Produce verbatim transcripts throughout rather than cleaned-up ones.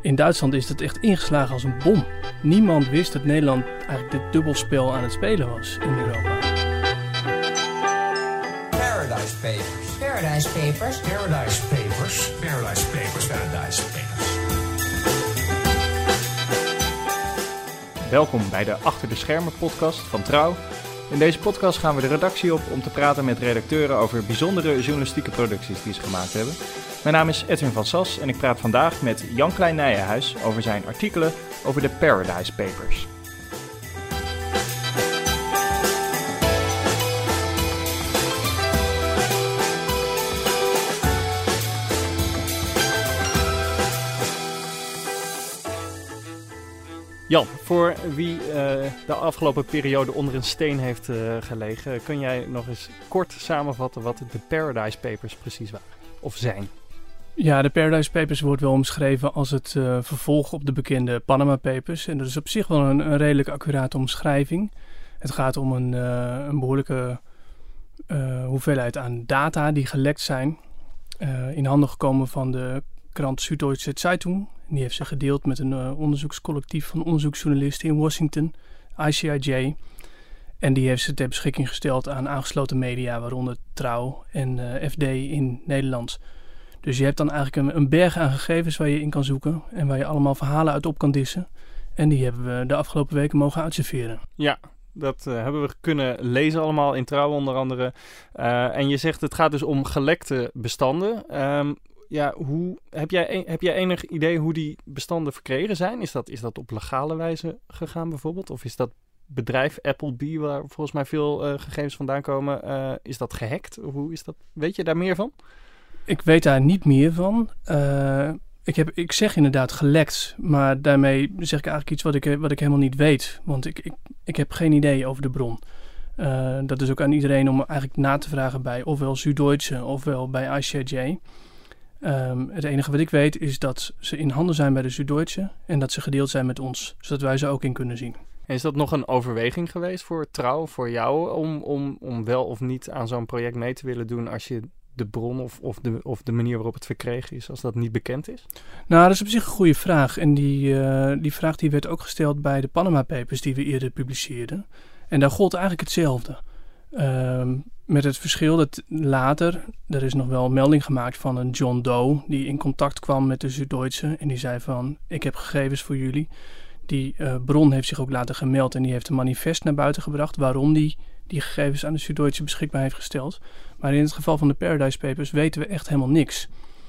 In Duitsland is dat echt ingeslagen als een bom. Niemand wist dat Nederland eigenlijk dit dubbelspel aan het spelen was in Europa. Paradise Papers. Paradise Papers. Paradise Papers. Paradise Papers. Paradise Papers. Welkom bij de Achter de Schermen podcast van Trouw. In deze podcast gaan we de redactie op om te praten met redacteuren over bijzondere journalistieke producties die ze gemaakt hebben. Mijn naam is Edwin van Sas en ik praat vandaag met Jan Klein Nijenhuis over zijn artikelen over de Paradise Papers. Jan, voor wie uh, de afgelopen periode onder een steen heeft uh, gelegen, kun jij nog eens kort samenvatten wat de Paradise Papers precies waren of zijn? Ja, de Paradise Papers wordt wel omschreven als het uh, vervolg op de bekende Panama Papers. En dat is op zich wel een, een redelijk accurate omschrijving. Het gaat om een, uh, een behoorlijke uh, hoeveelheid aan data die gelekt zijn. Uh, in handen gekomen van de krant Süddeutsche Zeitung. Die heeft ze gedeeld met een uh, onderzoekscollectief van onderzoeksjournalisten in Washington, I C I J. En die heeft ze ter beschikking gesteld aan aangesloten media, waaronder Trouw en uh, F D in Nederland. Dus je hebt dan eigenlijk een, een berg aan gegevens waar je in kan zoeken en waar je allemaal verhalen uit op kan dissen. En die hebben we de afgelopen weken mogen uitserveren. Ja, dat uh, hebben we kunnen lezen allemaal in Trouw onder andere. Uh, en je zegt het gaat dus om gelekte bestanden. Um, ja, hoe, heb, jij, heb jij enig idee hoe die bestanden verkregen zijn? Is dat, is dat op legale wijze gegaan bijvoorbeeld? Of is dat bedrijf Applebee, waar volgens mij veel uh, gegevens vandaan komen, uh, is dat gehackt? Hoe is dat? Weet je daar meer van? Ik weet daar niet meer van. Uh, ik, heb, ik zeg inderdaad gelekt, maar daarmee zeg ik eigenlijk iets wat ik, wat ik helemaal niet weet. Want ik, ik, ik heb geen idee over de bron. Uh, dat is ook aan iedereen om eigenlijk na te vragen bij ofwel Süddeutsche ofwel bij I C I J. Um, het enige wat ik weet is dat ze in handen zijn bij de Süddeutsche en dat ze gedeeld zijn met ons, zodat wij ze ook in kunnen zien. En is dat nog een overweging geweest voor Trouw, voor jou, om, om, om wel of niet aan zo'n project mee te willen doen als je de bron of, of, de, of de manier waarop het verkregen is, als dat niet bekend is? Nou, dat is op zich een goede vraag. En die, uh, die vraag die werd ook gesteld bij de Panama Papers die we eerder publiceerden. En daar gold eigenlijk hetzelfde. Uh, met het verschil dat later, er is nog wel een melding gemaakt van een John Doe die in contact kwam met de Süddeutsche en die zei van, ik heb gegevens voor jullie. Die uh, bron heeft zich ook later gemeld en die heeft een manifest naar buiten gebracht waarom die die gegevens aan de Süddeutsche beschikbaar heeft gesteld. Maar in het geval van de Paradise Papers weten we echt helemaal niks.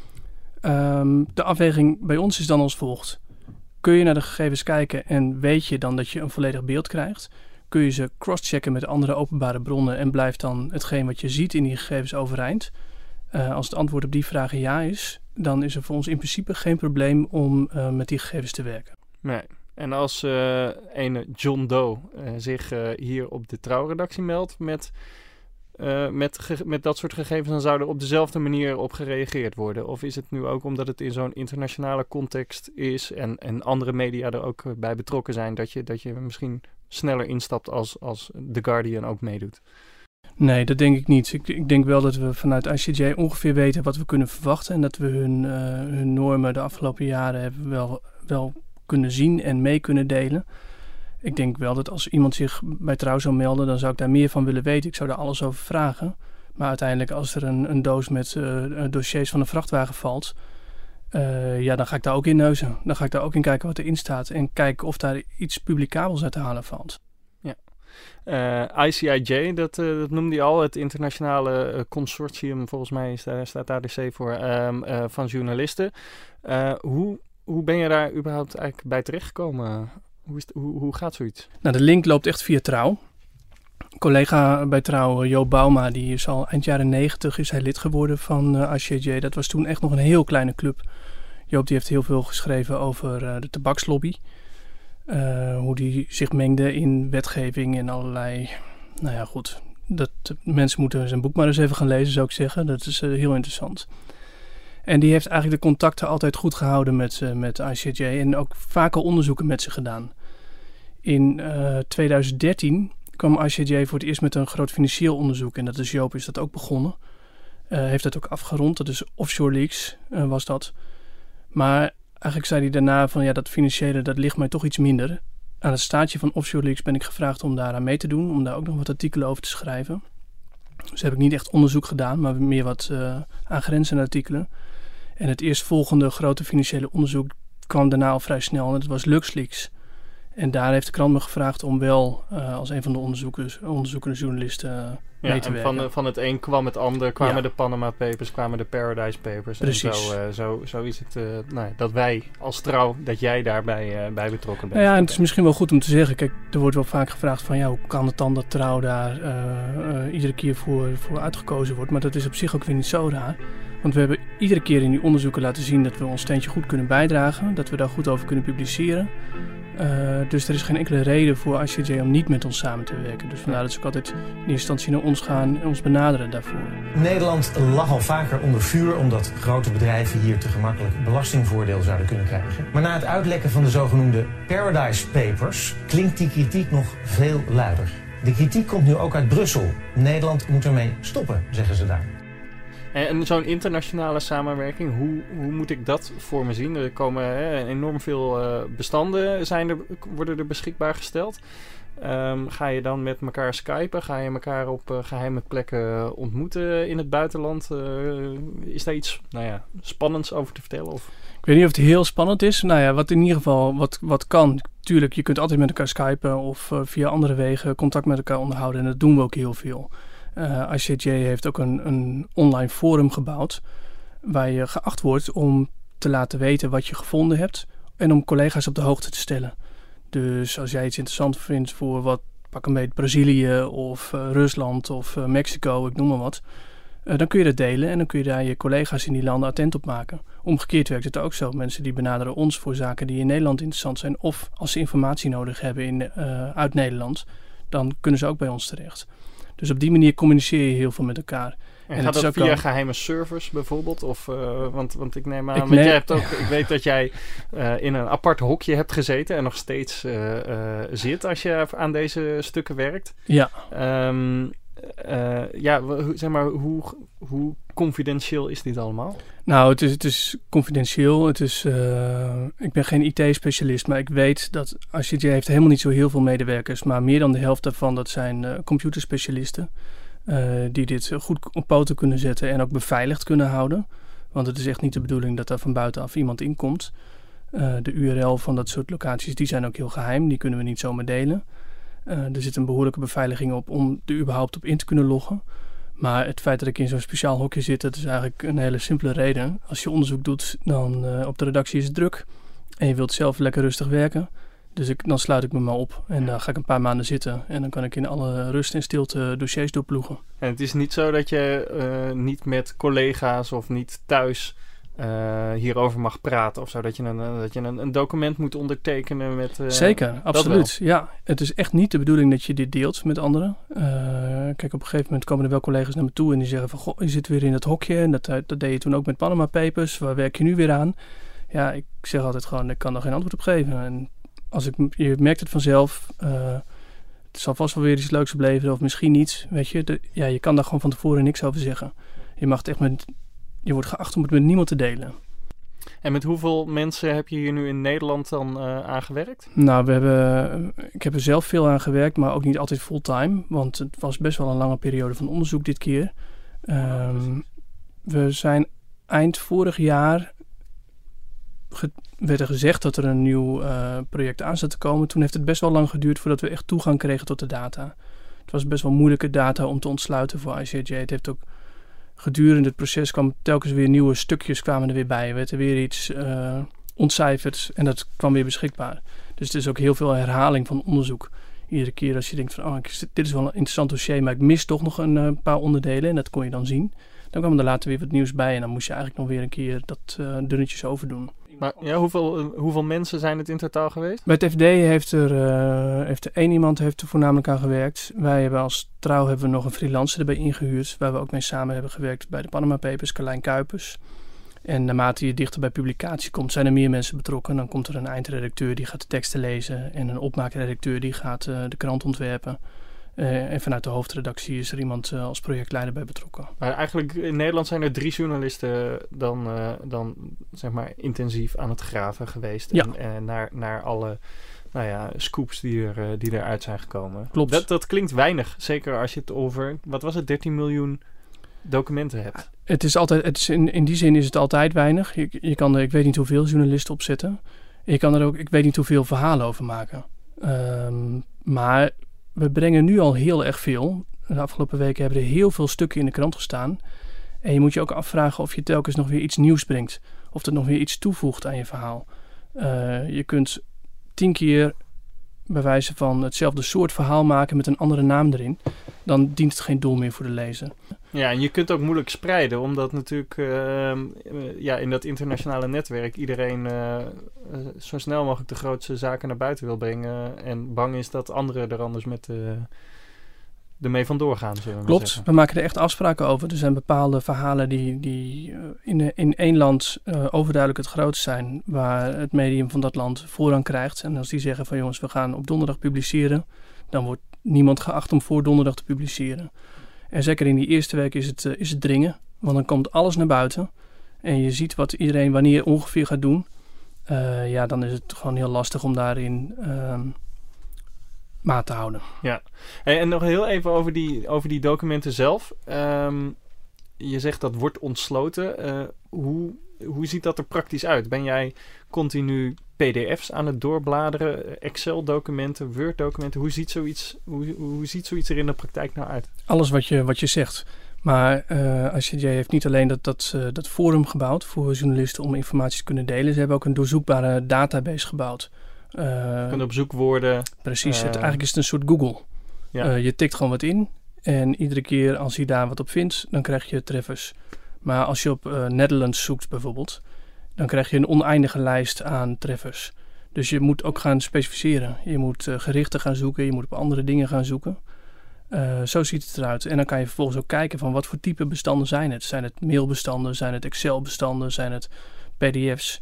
Um, de afweging bij ons is dan als volgt. Kun je naar de gegevens kijken en weet je dan dat je een volledig beeld krijgt? Kun je ze crosschecken met andere openbare bronnen en blijft dan hetgeen wat je ziet in die gegevens overeind? Uh, als het antwoord op die vragen ja is, dan is er voor ons in principe geen probleem om uh, met die gegevens te werken. Nee. En als uh, ene John Doe uh, zich uh, hier op de Trouw-redactie meldt met, uh, met, ge- met dat soort gegevens, dan zou er op dezelfde manier op gereageerd worden? Of is het nu ook omdat het in zo'n internationale context is en, en andere media er ook bij betrokken zijn, dat je, dat je misschien sneller instapt als, als The Guardian ook meedoet? Nee, dat denk ik niet. Ik, ik denk wel dat we vanuit I C I J ongeveer weten wat we kunnen verwachten en dat we hun, uh, hun normen de afgelopen jaren hebben wel... wel kunnen zien en mee kunnen delen. Ik denk wel dat als iemand zich bij Trouw zou melden, dan zou ik daar meer van willen weten. Ik zou daar alles over vragen. Maar uiteindelijk als er een, een doos met uh, dossiers van een vrachtwagen valt, uh, ja, dan ga ik daar ook in neuzen. Dan ga ik daar ook in kijken wat erin staat en kijken of daar iets publicabels uit te halen valt. Ja. Uh, I C I J, dat, uh, dat noemde je al, het internationale uh, consortium, volgens mij is daar, staat daar de C voor, um, uh, van journalisten. Uh, hoe Hoe ben je daar überhaupt eigenlijk bij terechtgekomen? Hoe, is het, hoe, hoe gaat zoiets? Nou, de link loopt echt via Trouw. Een collega bij Trouw, Joop Bouma, die is al eind jaren negentig is hij lid geworden van uh, I C I J. Dat was toen echt nog een heel kleine club. Joop die heeft heel veel geschreven over uh, de tabakslobby. Uh, hoe die zich mengde in wetgeving en allerlei... Nou ja, goed. Dat, mensen moeten zijn boek maar eens even gaan lezen, zou ik zeggen. Dat is uh, heel interessant. En die heeft eigenlijk de contacten altijd goed gehouden met, uh, met I C I J en ook vaker onderzoeken met ze gedaan. In uh, twintig dertien kwam I C I J voor het eerst met een groot financieel onderzoek en dat is Joop is dat ook begonnen. Uh, heeft dat ook afgerond, dat is Offshore Leaks uh, was dat. Maar eigenlijk zei hij daarna van ja, dat financiële, dat ligt mij toch iets minder. Aan het staartje van Offshore Leaks ben ik gevraagd om daaraan mee te doen, om daar ook nog wat artikelen over te schrijven. Dus heb ik niet echt onderzoek gedaan, maar meer wat uh, aangrenzende artikelen. En het eerstvolgende grote financiële onderzoek kwam daarna al vrij snel en dat was LuxLeaks. En daar heeft de krant me gevraagd om wel uh, als een van de onderzoekers, onderzoekende journalisten uh, ja, mee te en werken. Van, van het een kwam het ander, kwamen ja. de Panama Papers, kwamen de Paradise Papers. Precies. En zo, uh, zo, zo is het uh, nou, dat wij als Trouw, dat jij daarbij uh, bij betrokken bent. Nou ja, en het is misschien wel goed om te zeggen, kijk, er wordt wel vaak gevraagd van ja, hoe kan het dan dat Trouw daar uh, uh, iedere keer voor, voor uitgekozen wordt. Maar dat is op zich ook weer niet zo raar. Want we hebben iedere keer in die onderzoeken laten zien dat we ons steentje goed kunnen bijdragen. Dat we daar goed over kunnen publiceren. Uh, dus er is geen enkele reden voor I C J om niet met ons samen te werken. Dus vandaar dat ze ook altijd in eerste instantie naar ons gaan en ons benaderen daarvoor. Nederland lag al vaker onder vuur omdat grote bedrijven hier te gemakkelijk belastingvoordeel zouden kunnen krijgen. Maar na het uitlekken van de zogenoemde Paradise Papers klinkt die kritiek nog veel luider. De kritiek komt nu ook uit Brussel. Nederland moet ermee stoppen, zeggen ze daar. En zo'n internationale samenwerking, hoe, hoe moet ik dat voor me zien? Er komen hè, enorm veel uh, bestanden zijn er, worden er beschikbaar gesteld. Um, ga je dan met elkaar skypen? Ga je elkaar op uh, geheime plekken ontmoeten in het buitenland? Uh, is daar iets nou ja, spannends over te vertellen? Of? Ik weet niet of het heel spannend is. Nou ja, wat in ieder geval wat, wat kan. Tuurlijk, je kunt altijd met elkaar skypen of uh, via andere wegen contact met elkaar onderhouden. En dat doen we ook heel veel. Uh, I C J heeft ook een, een online forum gebouwd waar je geacht wordt om te laten weten wat je gevonden hebt en om collega's op de hoogte te stellen. Dus als jij iets interessant vindt voor wat, pak een beetje Brazilië of uh, Rusland of uh, Mexico, ik noem maar wat, uh, dan kun je dat delen en dan kun je daar je collega's in die landen attent op maken. Omgekeerd werkt het ook zo. Mensen die benaderen ons voor zaken die in Nederland interessant zijn of als ze informatie nodig hebben in, uh, uit Nederland, dan kunnen ze ook bij ons terecht. Dus op die manier communiceer je heel veel met elkaar. En, en gaat dat via al... geheime servers bijvoorbeeld? Of, uh, want, want ik neem aan, ik want neem... jij hebt ook, ik weet dat jij uh, in een apart hokje hebt gezeten en nog steeds uh, uh, zit als je aan deze stukken werkt. Ja. Um, uh, ja, zeg maar, hoe, hoe confidentieel is dit allemaal? Nou, het is, het is confidentieel. Het is, uh, ik ben geen I T-specialist, maar ik weet dat I C J heeft helemaal niet zo heel veel medewerkers, maar meer dan de helft daarvan, dat zijn uh, computerspecialisten. Uh, die dit goed op poten kunnen zetten en ook beveiligd kunnen houden. Want het is echt niet de bedoeling dat daar van buitenaf iemand in komt. Uh, de U R L van dat soort locaties, die zijn ook heel geheim. Die kunnen we niet zomaar delen. Uh, er zit een behoorlijke beveiliging op om er überhaupt op in te kunnen loggen. Maar het feit dat ik in zo'n speciaal hokje zit, dat is eigenlijk een hele simpele reden. Als je onderzoek doet, dan uh, op de redactie is het druk. En je wilt zelf lekker rustig werken. Dus ik, dan sluit ik me maar op en dan ga ik een paar maanden zitten. En dan kan ik in alle rust en stilte dossiers doorploegen. En het is niet zo dat je uh, niet met collega's of niet thuis uh, hierover mag praten of zo. Dat je een, uh, dat je een, een document moet ondertekenen met... Uh, Zeker, absoluut. Ja, het is echt niet de bedoeling dat je dit deelt met anderen. Uh, kijk, op een gegeven moment komen er wel collega's naar me toe en die zeggen van... Goh, je zit weer in dat hokje en dat, dat deed je toen ook met Panama Papers. Waar werk je nu weer aan? Ja, ik zeg altijd gewoon, ik kan er geen antwoord op geven. En als ik, je merkt het vanzelf, uh, het zal vast wel weer iets leuks opleveren of misschien niet, weet je. De, ja, je kan daar gewoon van tevoren niks over zeggen. Je mag het echt met, je wordt geacht om het met niemand te delen. En met hoeveel mensen heb je hier nu in Nederland dan uh, aan gewerkt? Nou, we hebben, ik heb er zelf veel aan gewerkt, maar ook niet altijd fulltime. Want het was best wel een lange periode van onderzoek dit keer. Um, we zijn eind vorig jaar... Ge- werd er gezegd dat er een nieuw uh, project aan zat te komen. Toen heeft het best wel lang geduurd voordat we echt toegang kregen tot de data. Het was best wel moeilijke data om te ontsluiten voor I C J. Het heeft ook gedurende het proces kwam telkens weer nieuwe stukjes kwamen er weer bij. Er werd er weer iets uh, ontcijferd en dat kwam weer beschikbaar. Dus het is ook heel veel herhaling van onderzoek. Iedere keer als je denkt van oh, dit is wel een interessant dossier, maar ik mis toch nog een uh, paar onderdelen en dat kon je dan zien. Dan kwam er later weer wat nieuws bij en dan moest je eigenlijk nog weer een keer dat uh, dunnetjes overdoen. Maar ja, hoeveel, uh, hoeveel mensen zijn het in totaal geweest? Bij het F D heeft er, uh, heeft er één iemand heeft er voornamelijk aan gewerkt. Wij hebben als Trouw hebben we nog een freelancer erbij ingehuurd, waar we ook mee samen hebben gewerkt bij de Panama Papers, Carlijn Kuipers. En naarmate je dichter bij publicatie komt, zijn er meer mensen betrokken. Dan komt er een eindredacteur die gaat de teksten lezen en een opmaakredacteur die gaat uh, de krant ontwerpen. Uh, en vanuit de hoofdredactie is er iemand uh, als projectleider bij betrokken. Maar eigenlijk in Nederland zijn er drie journalisten dan, uh, dan zeg maar intensief aan het graven geweest. Ja. En, en naar, naar alle nou ja, scoops die, er, uh, die eruit zijn gekomen. Klopt. Dat, dat klinkt weinig. Zeker als je het over, wat was het, dertien miljoen documenten hebt. Het is altijd, het is in, in die zin is het altijd weinig. Je, je kan er, ik weet niet hoeveel journalisten opzetten. Je kan er ook, ik weet niet hoeveel verhalen over maken. Um, maar we brengen nu al heel erg veel. De afgelopen weken hebben er heel veel stukken in de krant gestaan. En je moet je ook afvragen of je telkens nog weer iets nieuws brengt. Of er nog weer iets toevoegt aan je verhaal. Uh, je kunt tien keer bij wijze van hetzelfde soort verhaal maken met een andere naam erin. Dan dient het geen doel meer voor de lezer. Ja, en je kunt ook moeilijk spreiden, omdat natuurlijk uh, uh, ja, in dat internationale netwerk iedereen uh, uh, zo snel mogelijk de grootste zaken naar buiten wil brengen en bang is dat anderen er anders met uh, ermee vandoor gaan. Zullen we Klopt, zeggen. we maken er echt afspraken over. Er zijn bepaalde verhalen die, die uh, in, in één land uh, overduidelijk het grootst zijn, waar het medium van dat land voorrang krijgt. En als die zeggen van jongens, we gaan op donderdag publiceren, dan wordt niemand geacht om voor donderdag te publiceren. En zeker in die eerste week is het, uh, is het dringen. Want dan komt alles naar buiten. En je ziet wat iedereen wanneer ongeveer gaat doen. Uh, ja, dan is het gewoon heel lastig om daarin uh, maat te houden. Ja, hey, en nog heel even over die, over die documenten zelf. Um, je zegt dat wordt ontsloten. Uh, hoe, hoe ziet dat er praktisch uit? Ben jij continu P D F's aan het doorbladeren, Excel-documenten, Word-documenten? Hoe ziet zoiets, hoe, hoe ziet zoiets er in de praktijk nou uit? Alles wat je, wat je zegt. Maar uh, als je, jij heeft niet alleen dat, dat, uh, dat forum gebouwd voor journalisten om informatie te kunnen delen. Ze hebben ook een doorzoekbare database gebouwd. Uh, je kunt op zoek worden. Precies, Uh, het, eigenlijk is het een soort Google. Ja. Uh, je tikt gewoon wat in en iedere keer als je daar wat op vindt, dan krijg je treffers. Maar als je op uh, Netherlands zoekt bijvoorbeeld, dan krijg je een oneindige lijst aan treffers. Dus je moet ook gaan specificeren. Je moet uh, gerichten gaan zoeken, je moet op andere dingen gaan zoeken. Uh, zo ziet het eruit. En dan kan je vervolgens ook kijken van wat voor type bestanden zijn het. Zijn het mailbestanden, zijn het Excel-bestanden, zijn het P D F's.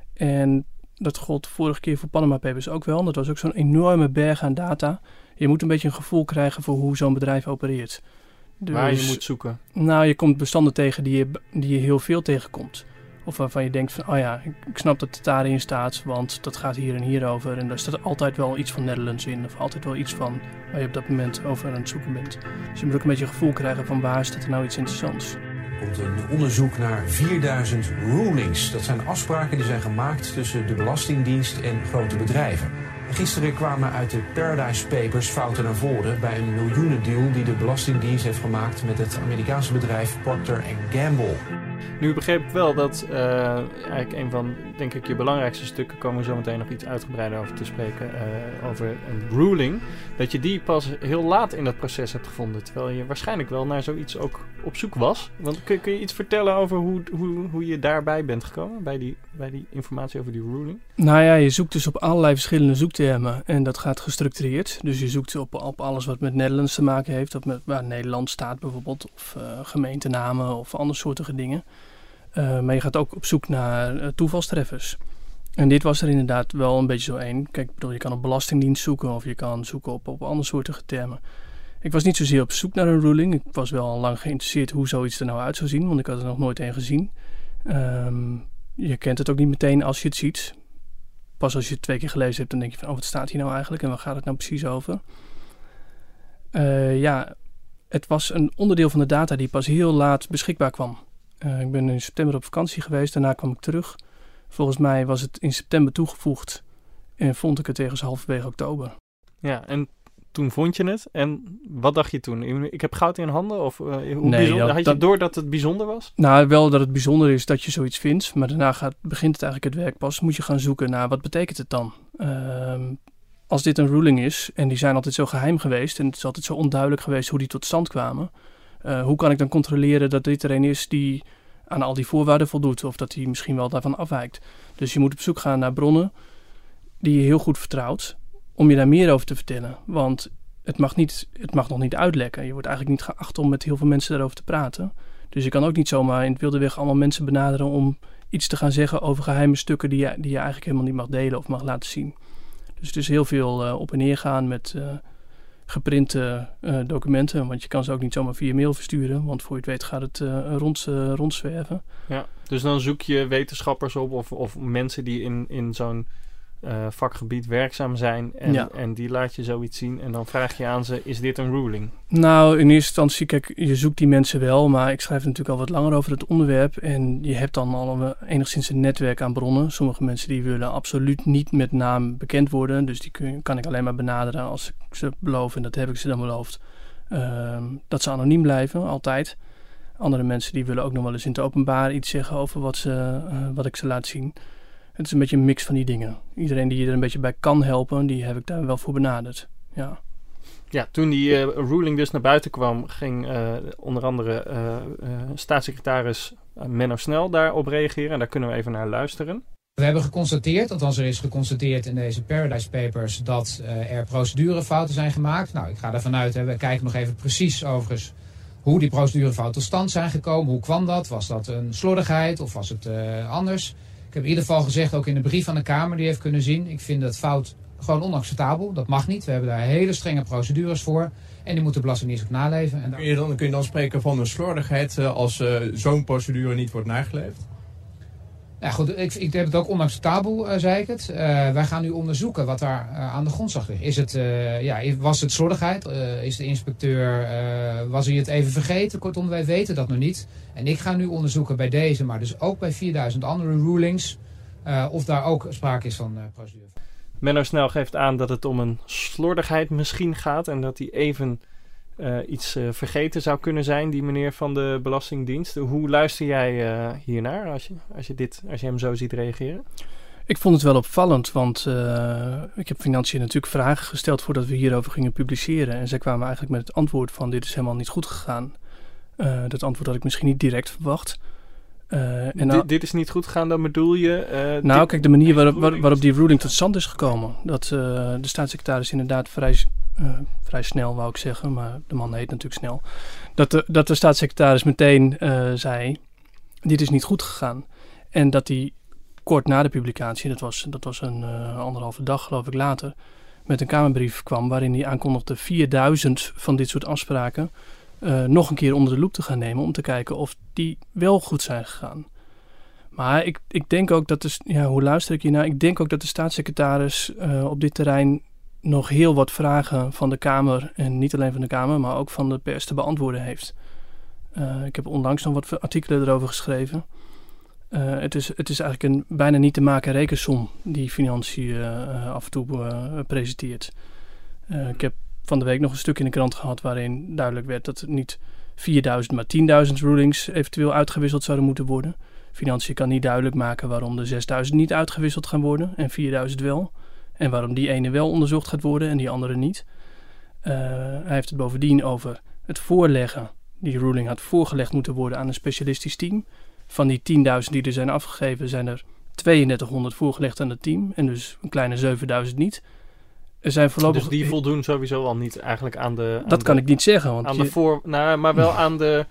En dat gold vorige keer voor Panama Papers ook wel. Dat was ook zo'n enorme berg aan data. Je moet een beetje een gevoel krijgen voor hoe zo'n bedrijf opereert. Dus, waar je moet zoeken. Nou, je komt bestanden tegen die je, die je heel veel tegenkomt. Of waarvan je denkt van, oh ja, ik, ik snap dat het daarin staat, want dat gaat hier en hier over. En daar staat altijd wel iets van Netherlands in. Of altijd wel iets van waar je op dat moment over aan het zoeken bent. Dus je moet ook een beetje een gevoel krijgen van waar staat er nou iets interessants. Er komt een onderzoek naar vierduizend rulings. Dat zijn afspraken die zijn gemaakt tussen de Belastingdienst en grote bedrijven. Gisteren kwamen uit de Paradise Papers fouten naar voren bij een miljoenendeal die de Belastingdienst heeft gemaakt met het Amerikaanse bedrijf Procter and Gamble. Nu begreep ik wel dat uh, eigenlijk een van, denk ik, je belangrijkste stukken, komen we zo meteen nog iets uitgebreider over te spreken, uh, over een ruling, dat je die pas heel laat in dat proces hebt gevonden, terwijl je waarschijnlijk wel naar zoiets ook op zoek was. Want kun, kun je iets vertellen over hoe, hoe, hoe je daarbij bent gekomen, bij die, bij die informatie over die ruling? Nou ja, je zoekt dus op allerlei verschillende zoektermen en dat gaat gestructureerd. Dus je zoekt op, op alles wat met Nederlands te maken heeft, of met waar Nederland staat bijvoorbeeld, of uh, gemeentenamen of andere soortige dingen. Uh, maar je gaat ook op zoek naar uh, toevalstreffers. En dit was er inderdaad wel een beetje zo één. Kijk, ik bedoel, je kan op Belastingdienst zoeken of je kan zoeken op, op andere soorten termen. Ik was niet zozeer op zoek naar een ruling. Ik was wel al lang geïnteresseerd hoe zoiets er nou uit zou zien, want ik had er nog nooit één gezien. Um, je kent het ook niet meteen als je het ziet. Pas als je het twee keer gelezen hebt, dan denk je van, oh, wat staat hier nou eigenlijk en waar gaat het nou precies over? Uh, ja, het was een onderdeel van de data die pas heel laat beschikbaar kwam. Uh, ik ben in september op vakantie geweest, daarna kwam ik terug. Volgens mij was het in september toegevoegd en vond ik het ergens halverwege oktober. Ja, en toen vond je het. En wat dacht je toen? Ik heb goud in handen? Of uh, hoe nee, bijzonder? dat, Had je dat, door dat het bijzonder was? Nou, wel dat het bijzonder is dat je zoiets vindt. Maar daarna gaat, begint het eigenlijk het werk pas. Moet je gaan zoeken naar wat betekent het dan? Uh, als dit een ruling is, en die zijn altijd zo geheim geweest, en het is altijd zo onduidelijk geweest hoe die tot stand kwamen. Uh, hoe kan ik dan controleren dat dit er een is die aan al die voorwaarden voldoet, of dat hij misschien wel daarvan afwijkt. Dus je moet op zoek gaan naar bronnen die je heel goed vertrouwt, om je daar meer over te vertellen. Want het mag, niet, het mag nog niet uitlekken. Je wordt eigenlijk niet geacht om met heel veel mensen daarover te praten. Dus je kan ook niet zomaar in het wilde weg allemaal mensen benaderen om iets te gaan zeggen over geheime stukken die je, die je eigenlijk helemaal niet mag delen of mag laten zien. Dus het is heel veel uh, op en neer gaan met uh, geprinte uh, documenten. Want je kan ze ook niet zomaar via mail versturen. Want voor je het weet gaat het uh, rond, uh, rondzwerven. Ja, dus dan zoek je wetenschappers op of, of mensen die in, in zo'n uh, vakgebied werkzaam zijn. En, ja. en die laat je zoiets zien. En dan vraag je aan ze, is dit een ruling? Nou, in eerste instantie, kijk, je zoekt die mensen wel. Maar ik schrijf natuurlijk al wat langer over het onderwerp. En je hebt dan al enigszins een netwerk aan bronnen. Sommige mensen die willen absoluut niet met naam bekend worden. Dus die kun, kan ik alleen maar benaderen als ik ze beloof. En dat heb ik ze dan beloofd. Uh, dat ze anoniem blijven, altijd. Andere mensen die willen ook nog wel eens in het openbaar iets zeggen over wat, ze, uh, wat ik ze laat zien. Het is een beetje een mix van die dingen. Iedereen die je er een beetje bij kan helpen, die heb ik daar wel voor benaderd. Ja, ja toen die uh, ruling dus naar buiten kwam, ging uh, onder andere uh, uh, staatssecretaris uh, Menno Snel daarop reageren. En daar kunnen we even naar luisteren. We hebben geconstateerd, althans er is geconstateerd in deze Paradise Papers, dat uh, er procedurefouten zijn gemaakt. Nou, ik ga ervan uit, hè, we kijken nog even precies overigens hoe die procedurefouten tot stand zijn gekomen. Hoe kwam dat? Was dat een slordigheid of was het uh, anders? Ik heb in ieder geval gezegd, ook in de brief aan de Kamer die heeft kunnen zien, ik vind dat fout gewoon onacceptabel. Dat mag niet. We hebben daar hele strenge procedures voor. En die moet de Belastingdienst ook naleven. En daar... kun, je dan, kun je dan spreken van een slordigheid uh, als uh, zo'n procedure niet wordt nageleefd? Ja, goed, ik, ik heb het ook onacceptabel, uh, zei ik het. Uh, wij gaan nu onderzoeken wat daar uh, aan de grondslag ligt. Is het, uh, ja, was het slordigheid? Uh, is de inspecteur, uh, was hij het even vergeten? Kortom, wij weten dat nog niet. En ik ga nu onderzoeken bij deze, maar dus ook bij vierduizend andere rulings, uh, of daar ook sprake is van uh, procedure. Menno Snel geeft aan dat het om een slordigheid misschien gaat en dat hij even uh, iets uh, vergeten zou kunnen zijn, die meneer van de Belastingdienst. Hoe luister jij uh, hiernaar als je, als, je dit, als je hem zo ziet reageren? Ik vond het wel opvallend, want uh, ik heb Financiën natuurlijk vragen gesteld voordat we hierover gingen publiceren. En zij kwamen eigenlijk met het antwoord van dit is helemaal niet goed gegaan. Uh, dat antwoord had ik misschien niet direct verwacht. Uh, en nou, dit, dit is niet goed gegaan, dan bedoel je... Uh, nou, dit, kijk, de manier waarop, waar, waarop die ruling tot stand is gekomen. Dat uh, de staatssecretaris inderdaad vrij, uh, vrij snel, wou ik zeggen, maar de man heet natuurlijk snel. Dat de, dat de staatssecretaris meteen uh, zei, dit is niet goed gegaan. En dat hij kort na de publicatie, dat was, dat was een uh, anderhalve dag geloof ik later, met een Kamerbrief kwam waarin hij aankondigde vierduizend van dit soort afspraken Uh, nog een keer onder de loep te gaan nemen om te kijken of die wel goed zijn gegaan. Maar ik, ik denk ook dat de, ja, hoe luister ik hiernaar? Ik denk ook dat de staatssecretaris uh, op dit terrein nog heel wat vragen van de Kamer, en niet alleen van de Kamer, maar ook van de pers te beantwoorden heeft. Uh, ik heb onlangs nog wat artikelen erover geschreven. Uh, het, is, het is eigenlijk een bijna niet te maken rekensom die Financiën uh, af en toe uh, presenteert. Uh, ik heb van de week nog een stuk in de krant gehad waarin duidelijk werd dat niet vierduizend, maar tienduizend rulings eventueel uitgewisseld zouden moeten worden. Financiën kan niet duidelijk maken waarom de zesduizend niet uitgewisseld gaan worden en vierduizend wel. En waarom die ene wel onderzocht gaat worden en die andere niet. Uh, hij heeft het bovendien over het voorleggen. Die ruling had voorgelegd moeten worden aan een specialistisch team. Van die tienduizend die er zijn afgegeven zijn er tweeëndertighonderd voorgelegd aan het team. En dus een kleine zevenduizend niet. Er zijn voorlopig... Dus die voldoen sowieso al niet eigenlijk aan de... Aan dat de, kan ik niet zeggen. Want aan je... de voor, nou, maar wel aan de,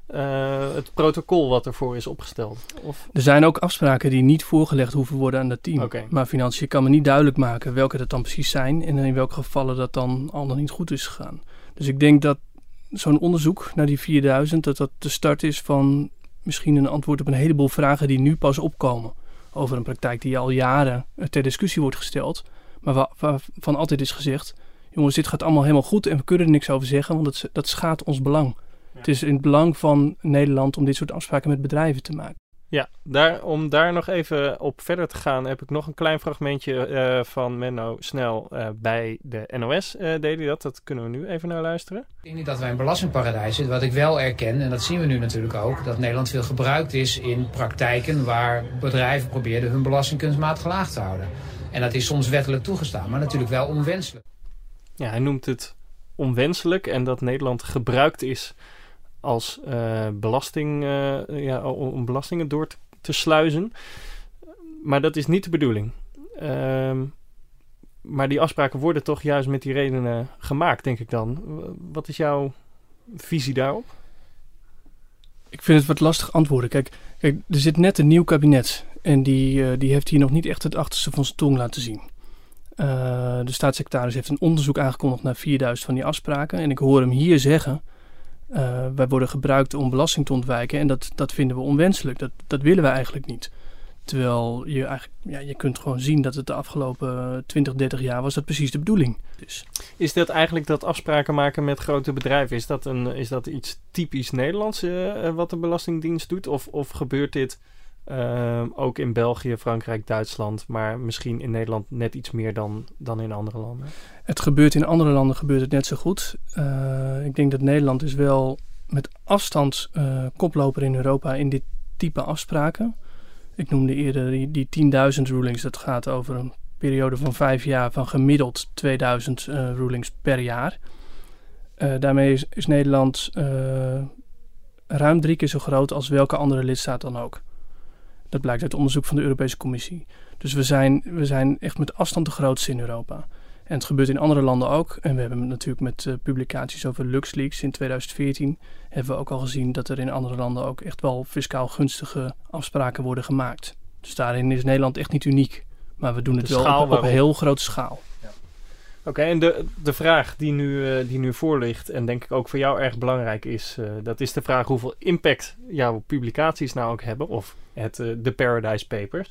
uh, het protocol wat ervoor is opgesteld. Of? Er zijn ook afspraken die niet voorgelegd hoeven worden aan dat team. Okay. Maar Financiën kan me niet duidelijk maken welke dat dan precies zijn. En in welke gevallen dat dan al dan niet goed is gegaan. Dus ik denk dat zo'n onderzoek naar die vierduizend... dat dat de start is van misschien een antwoord op een heleboel vragen die nu pas opkomen. Over een praktijk die al jaren ter discussie wordt gesteld... Maar waar, waarvan altijd is gezegd, jongens, dit gaat allemaal helemaal goed en we kunnen er niks over zeggen, want dat, dat schaadt ons belang. Ja. Het is in het belang van Nederland om dit soort afspraken met bedrijven te maken. Ja, daar, om daar nog even op verder te gaan, heb ik nog een klein fragmentje uh, van Menno Snel uh, bij de N O S uh, deed hij dat. Dat kunnen we nu even naar luisteren. Ik denk niet dat wij een belastingparadijs zitten. Wat ik wel erken, en dat zien we nu natuurlijk ook, dat Nederland veel gebruikt is in praktijken waar bedrijven probeerden hun belasting kunstmatig laag te houden. En dat is soms wettelijk toegestaan, maar natuurlijk wel onwenselijk. Ja, hij noemt het onwenselijk en dat Nederland gebruikt is als uh, belasting, uh, ja, om belastingen door te, te sluizen. Maar dat is niet de bedoeling. Um, maar die afspraken worden toch juist met die redenen gemaakt, denk ik dan. Wat is jouw visie daarop? Ik vind het wat lastig antwoorden. Kijk, kijk er zit net een nieuw kabinet. En die, uh, die heeft hier nog niet echt het achterste van zijn tong laten zien. Uh, de staatssecretaris heeft een onderzoek aangekondigd naar vierduizend van die afspraken. En ik hoor hem hier zeggen, uh, wij worden gebruikt om belasting te ontwijken. En dat, dat vinden we onwenselijk. Dat, dat willen we eigenlijk niet. Terwijl je eigenlijk, ja, je kunt gewoon zien dat het de afgelopen twintig, dertig jaar was dat precies de bedoeling. Dus. Is dat eigenlijk dat afspraken maken met grote bedrijven? Is dat, een, is dat iets typisch Nederlands uh, wat de Belastingdienst doet? Of, of gebeurt dit uh, ook in België, Frankrijk, Duitsland, maar misschien in Nederland net iets meer dan, dan in andere landen? Het gebeurt in andere landen gebeurt het net zo goed. Uh, ik denk dat Nederland is wel met afstand uh, koploper in Europa in dit type afspraken. Ik noemde eerder die, die tienduizend rulings. Dat gaat over een periode van vijf jaar van gemiddeld tweeduizend uh, rulings per jaar. Uh, daarmee is, is Nederland uh, ruim drie keer zo groot als welke andere lidstaat dan ook. Dat blijkt uit onderzoek van de Europese Commissie. Dus we zijn, we zijn echt met afstand de grootste in Europa. En het gebeurt in andere landen ook. En we hebben natuurlijk met uh, publicaties over LuxLeaks in tweeduizend veertien... hebben we ook al gezien dat er in andere landen ook echt wel fiscaal gunstige afspraken worden gemaakt. Dus daarin is Nederland echt niet uniek. Maar we doen het de wel op, op een heel grote schaal. Ja. Oké, okay, en de, de vraag die nu, uh, die nu voor ligt en denk ik ook voor jou erg belangrijk is... Uh, dat is de vraag hoeveel impact jouw publicaties nou ook hebben. Of het, uh, de Paradise Papers.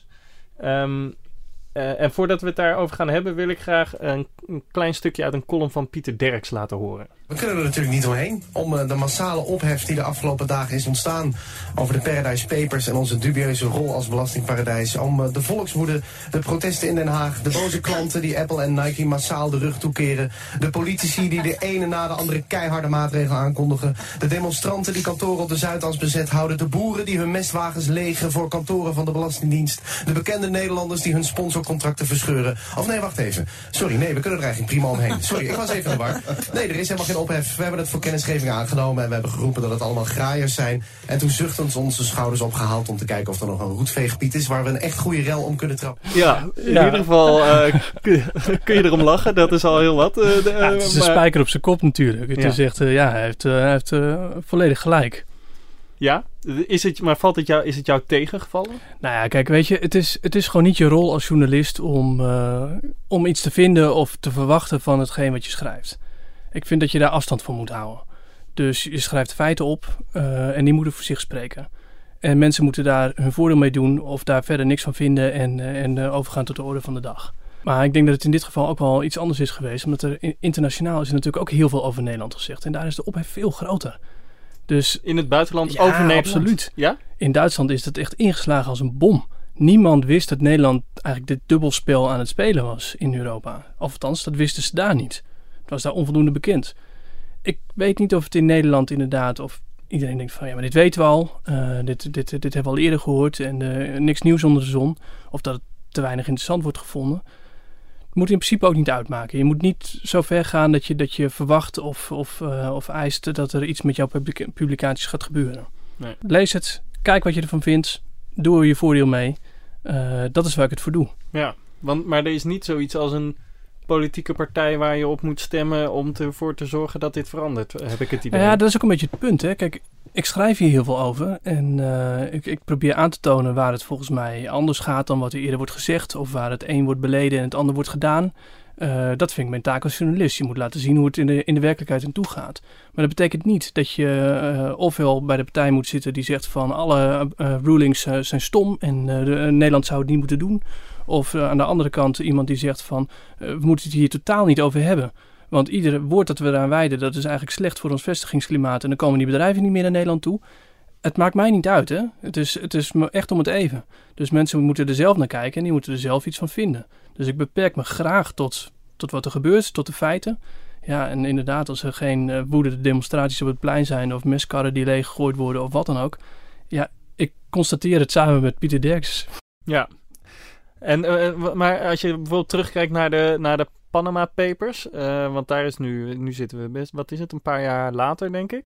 Um, Uh, en voordat we het daarover gaan hebben, wil ik graag een, een klein stukje uit een column van Pieter Derks laten horen. We kunnen er natuurlijk niet omheen om uh, de massale ophef die de afgelopen dagen is ontstaan over de Paradise Papers en onze dubieuze rol als belastingparadijs. Om uh, de volkswoede, de protesten in Den Haag, de boze klanten die Apple en Nike massaal de rug toekeren, de politici die de ene na de andere keiharde maatregelen aankondigen, de demonstranten die kantoren op de Zuidas bezet houden, de boeren die hun mestwagens legen voor kantoren van de Belastingdienst, de bekende Nederlanders die hun sponsorcontracten verscheuren. Of nee, wacht even. Sorry, nee, we kunnen er eigenlijk prima omheen. Sorry, ik was even in de war. Nee, er is helemaal geen ophef. We hebben het voor kennisgeving aangenomen en we hebben geroepen dat het allemaal graaiers zijn. En toen zuchtend onze schouders opgehaald om te kijken of er nog een roetveegpiet is waar we een echt goede rel om kunnen trappen. Ja, in ja. ieder geval uh, kun, kun je erom lachen. Dat is al heel wat. Uh, de, ja, het is een maar... spijker op zijn kop natuurlijk. Het ja. is echt, uh, ja, hij heeft, uh, hij heeft uh, volledig gelijk. Ja, is het, maar valt het jou, is het jou tegengevallen? Nou ja, kijk, weet je, het is, het is gewoon niet je rol als journalist om, uh, om iets te vinden of te verwachten van hetgeen wat je schrijft. Ik vind dat je daar afstand van moet houden. Dus je schrijft feiten op uh, en die moeten voor zich spreken. En mensen moeten daar hun voordeel mee doen of daar verder niks van vinden en, uh, en uh, overgaan tot de orde van de dag. Maar ik denk dat het in dit geval ook wel iets anders is geweest, omdat er in, internationaal is er natuurlijk ook heel veel over Nederland gezegd. En daar is de ophef veel groter. Dus, in het buitenland ja, over Nederland? Absoluut. Ja? In Duitsland is het echt ingeslagen als een bom. Niemand wist dat Nederland eigenlijk dit dubbelspel aan het spelen was in Europa. Of althans, dat wisten ze daar niet. Het was daar onvoldoende bekend. Ik weet niet of het in Nederland inderdaad, of iedereen denkt van ja, maar dit weten we al. Uh, dit, dit, dit hebben we al eerder gehoord en uh, niks nieuws onder de zon. Of dat het te weinig interessant wordt gevonden. Moet in principe ook niet uitmaken. Je moet niet zo ver gaan dat je, dat je verwacht of, of, uh, of eist dat er iets met jouw publica- publicaties gaat gebeuren. Nee. Lees het, kijk wat je ervan vindt, doe er je voordeel mee. Uh, dat is waar ik het voor doe. Ja, want, maar er is niet zoiets als een politieke partij waar je op moet stemmen om ervoor te zorgen dat dit verandert, heb ik het idee. Ja, dat is ook een beetje het punt. Hè. Kijk, ik schrijf hier heel veel over en uh, ik, ik probeer aan te tonen waar het volgens mij anders gaat dan wat er eerder wordt gezegd of waar het een wordt beleden en het ander wordt gedaan. Uh, dat vind ik mijn taak als journalist. Je moet laten zien hoe het in de, in de werkelijkheid aan toe gaat. Maar dat betekent niet dat je uh, ofwel bij de partij moet zitten die zegt van alle uh, rulings uh, zijn stom en uh, de, uh, Nederland zou het niet moeten doen. Of uh, aan de andere kant iemand die zegt van uh, we moeten het hier totaal niet over hebben. Want ieder woord dat we eraan wijden, dat is eigenlijk slecht voor ons vestigingsklimaat. En dan komen die bedrijven niet meer naar Nederland toe. Het maakt mij niet uit, hè. Het is, het is echt om het even. Dus mensen moeten er zelf naar kijken en die moeten er zelf iets van vinden. Dus ik beperk me graag tot, tot wat er gebeurt, tot de feiten. Ja, en inderdaad, als er geen uh, woedende demonstraties op het plein zijn of meskarren die leeggegooid worden of wat dan ook. Ja, ik constateer het samen met Pieter Derks. Ja, en, uh, maar als je bijvoorbeeld terugkijkt naar de, naar de Panama Papers, uh, want daar is nu, nu zitten we best, wat is het, een paar jaar later denk ik.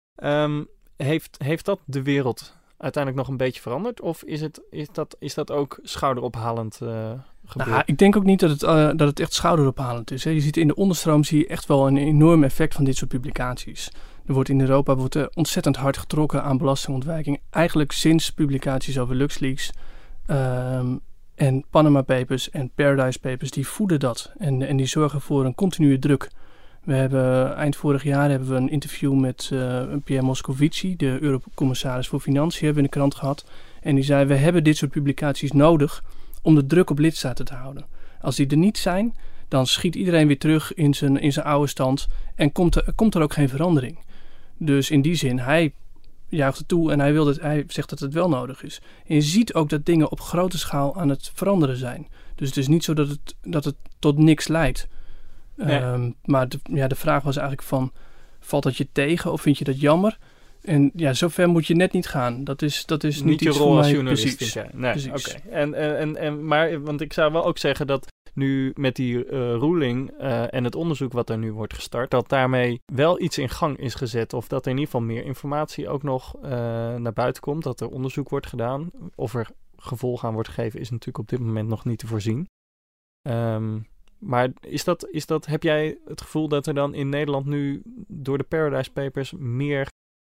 Um, heeft, heeft dat de wereld uiteindelijk nog een beetje veranderd? Of is, het, is, dat, is dat ook schouderophalend uh, gebeurd? Nou, ik denk ook niet dat het, uh, dat het echt schouderophalend is. Hè. Je ziet in de onderstroom zie je echt wel een enorm effect van dit soort publicaties. Er wordt in Europa wordt er ontzettend hard getrokken aan belastingontwijking. Eigenlijk sinds publicaties over LuxLeaks. Um, En Panama Papers en Paradise Papers, die voeden dat. En, en die zorgen voor een continue druk. We hebben eind vorig jaar hebben we een interview met uh, Pierre Moscovici, de Eurocommissaris voor Financiën, hebben we in de krant gehad. En die zei, we hebben dit soort publicaties nodig om de druk op lidstaten te houden. Als die er niet zijn, dan schiet iedereen weer terug in zijn, in zijn oude stand en komt er, komt er ook geen verandering. Dus in die zin, hij juicht het toe en hij, wil dat, hij zegt dat het wel nodig is. En je ziet ook dat dingen op grote schaal aan het veranderen zijn. Dus het is niet zo dat het, dat het tot niks leidt. Nee. Um, maar de, ja, de vraag was eigenlijk van, valt dat je tegen of vind je dat jammer? En ja, zover moet je net niet gaan. Dat is, dat is niet, niet je iets rol voor als mij. journalist. Precies. Ja. Nee, Precies. Oké. Okay. En, en, en, maar, want ik zou wel ook zeggen dat nu met die uh, ruling uh, en het onderzoek wat er nu wordt gestart, dat daarmee wel iets in gang is gezet. Of dat er in ieder geval meer informatie ook nog uh, naar buiten komt. Dat er onderzoek wordt gedaan. Of er gevolg aan wordt gegeven is natuurlijk op dit moment nog niet te voorzien. Um, maar is dat, is dat, heb jij het gevoel dat er dan in Nederland nu door de Paradise Papers meer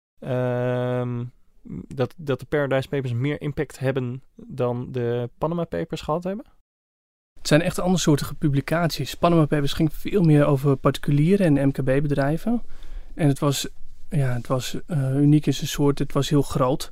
Um, dat, dat de Paradise Papers meer impact hebben dan de Panama Papers gehad hebben? Het zijn echt andersoortige publicaties. Panama Papers ging veel meer over particulieren en M K B-bedrijven. En het was, ja, het was uh, uniek in zijn soort. Het was heel groot.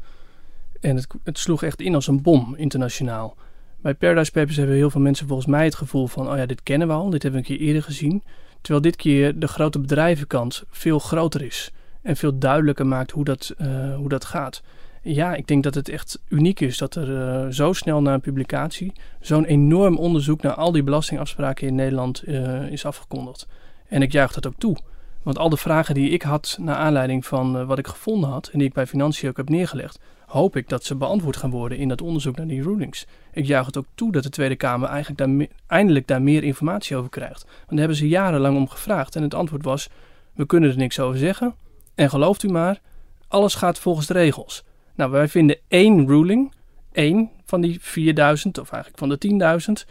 En het, het sloeg echt in als een bom internationaal. Bij Paradise Papers hebben heel veel mensen volgens mij het gevoel van, oh ja, dit kennen we al. Dit hebben we een keer eerder gezien. Terwijl dit keer de grote bedrijvenkant veel groter is. En veel duidelijker maakt hoe dat, uh, hoe dat gaat. Ja, ik denk dat het echt uniek is dat er uh, zo snel na een publicatie zo'n enorm onderzoek naar al die belastingafspraken in Nederland uh, is afgekondigd. En ik juich dat ook toe. Want al de vragen die ik had naar aanleiding van uh, wat ik gevonden had en die ik bij Financiën ook heb neergelegd, hoop ik dat ze beantwoord gaan worden in dat onderzoek naar die rulings. Ik juich het ook toe dat de Tweede Kamer eigenlijk daar me- eindelijk daar meer informatie over krijgt. Want daar hebben ze jarenlang om gevraagd en het antwoord was, we kunnen er niks over zeggen. En gelooft u maar, alles gaat volgens de regels. Nou, wij vinden één ruling, één van die vierduizend of eigenlijk van de tienduizend.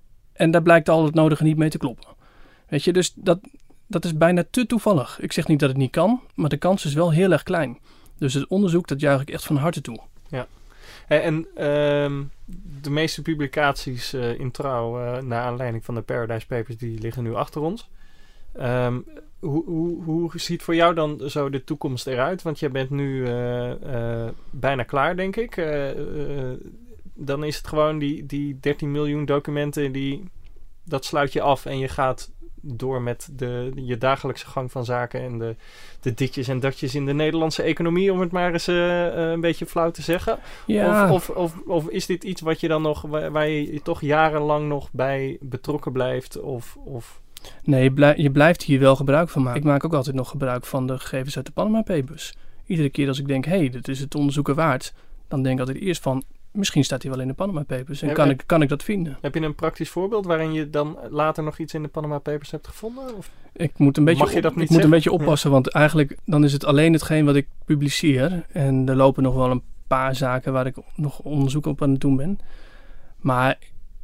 En daar blijkt al het nodige niet mee te kloppen. Weet je, dus dat, dat is bijna te toevallig. Ik zeg niet dat het niet kan, maar de kans is wel heel erg klein. Dus het onderzoek, dat juich ik echt van harte toe. Ja. En, en uh, de meeste publicaties uh, in Trouw, uh, naar aanleiding van de Paradise Papers, die liggen nu achter ons. Um, hoe, hoe, hoe ziet voor jou dan zo de toekomst eruit? Want jij bent nu uh, uh, bijna klaar, denk ik. Uh, uh, dan is het gewoon die, die dertien miljoen documenten, die, dat sluit je af en je gaat door met de, je dagelijkse gang van zaken en de, de ditjes en datjes in de Nederlandse economie, om het maar eens uh, een beetje flauw te zeggen. Ja. Of, of, of, of is dit iets wat je dan nog, waar, waar je toch jarenlang nog bij betrokken blijft? Of... of Nee, je, blij, je blijft hier wel gebruik van maken. Ik maak ook altijd nog gebruik van de gegevens uit de Panama Papers. Iedere keer als ik denk, hé, hey, dit is het onderzoeken waard, dan denk ik altijd eerst van, misschien staat hij wel in de Panama Papers en heb, kan, heb, ik, kan ik dat vinden. Heb je een praktisch voorbeeld waarin je dan later nog iets in de Panama Papers hebt gevonden? Of ik moet een beetje, mag je dat op, niet ik moet een beetje zeggen? oppassen, want eigenlijk dan is het alleen hetgeen wat ik publiceer. En er lopen nog wel een paar zaken waar ik nog onderzoek op aan het doen ben. Maar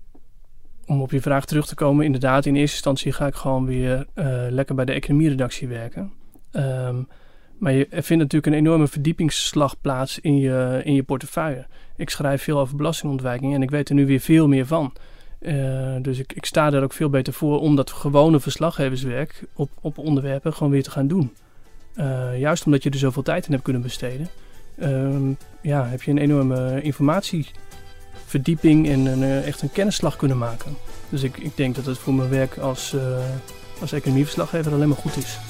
om op je vraag terug te komen, inderdaad, in eerste instantie ga ik gewoon weer uh, lekker bij de economieredactie werken. Um, maar je, er vindt natuurlijk een enorme verdiepingsslag plaats in je, in je portefeuille. Ik schrijf veel over belastingontwijking en ik weet er nu weer veel meer van. Uh, dus ik, ik sta er ook veel beter voor om dat gewone verslaggeverswerk op, op onderwerpen gewoon weer te gaan doen. Uh, juist omdat je er zoveel tijd in hebt kunnen besteden, uh, ja, heb je een enorme informatieverdieping en een, uh, echt een kennisslag kunnen maken. Dus ik, ik denk dat het voor mijn werk als, uh, als economieverslaggever alleen maar goed is.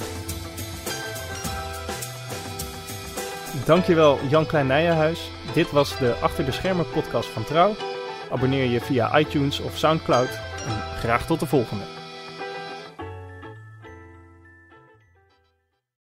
Dankjewel Jan Klein-Nijenhuis. Dit was de Achter de Schermen podcast van Trouw. Abonneer je via iTunes of Soundcloud en graag tot de volgende.